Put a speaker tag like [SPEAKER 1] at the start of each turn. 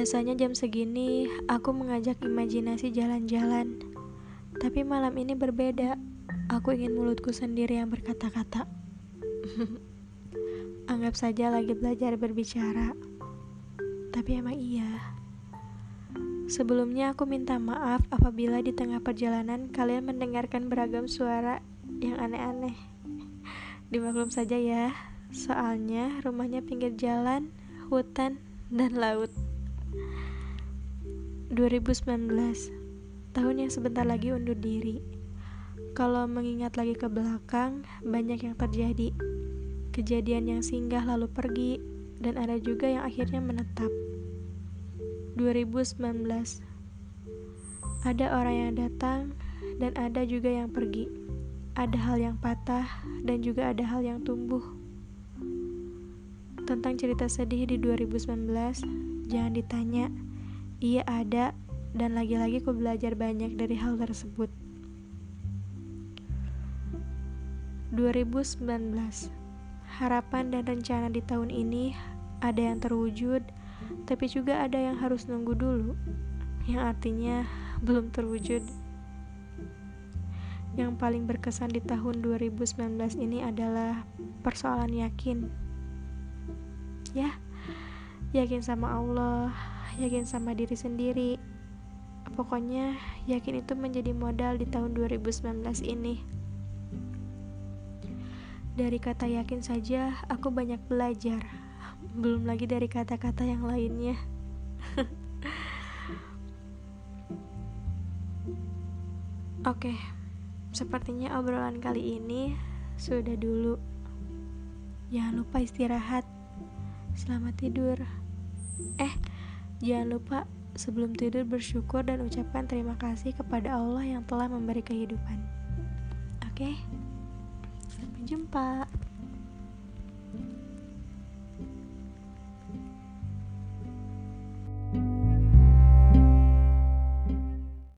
[SPEAKER 1] Biasanya jam segini aku mengajak imajinasi jalan-jalan, tapi malam ini berbeda. Aku ingin mulutku sendiri yang berkata-kata. Anggap saja lagi belajar berbicara, tapi emang iya. Sebelumnya aku minta maaf apabila di tengah perjalanan kalian mendengarkan beragam suara yang aneh-aneh. Dimaklum saja ya, soalnya rumahnya pinggir jalan, hutan, dan laut. 2019, tahun yang sebentar lagi undur diri. Kalau mengingat lagi ke belakang, banyak yang terjadi. Kejadian yang singgah lalu pergi, dan ada juga yang akhirnya menetap. 2019, ada orang yang datang, dan ada juga yang pergi. Ada hal yang patah, dan juga ada hal yang tumbuh. Tentang cerita sedih di 2019, jangan ditanya. Iya ada, dan lagi-lagi ku belajar banyak dari hal tersebut. 2019, harapan dan rencana di tahun ini ada yang terwujud, tapi juga ada yang harus nunggu dulu, yang artinya belum terwujud. Yang paling berkesan di tahun 2019 ini adalah persoalan yakin. Ya, yakin sama Allah, yakin sama diri sendiri. Pokoknya yakin itu menjadi modal di tahun 2019 ini. Dari kata yakin saja aku banyak belajar. Belum lagi dari kata-kata yang lainnya. Oke, sepertinya obrolan kali ini sudah dulu. Jangan lupa istirahat. Selamat tidur. Jangan lupa sebelum tidur bersyukur dan ucapkan terima kasih kepada Allah yang telah memberi kehidupan. Oke? Sampai jumpa.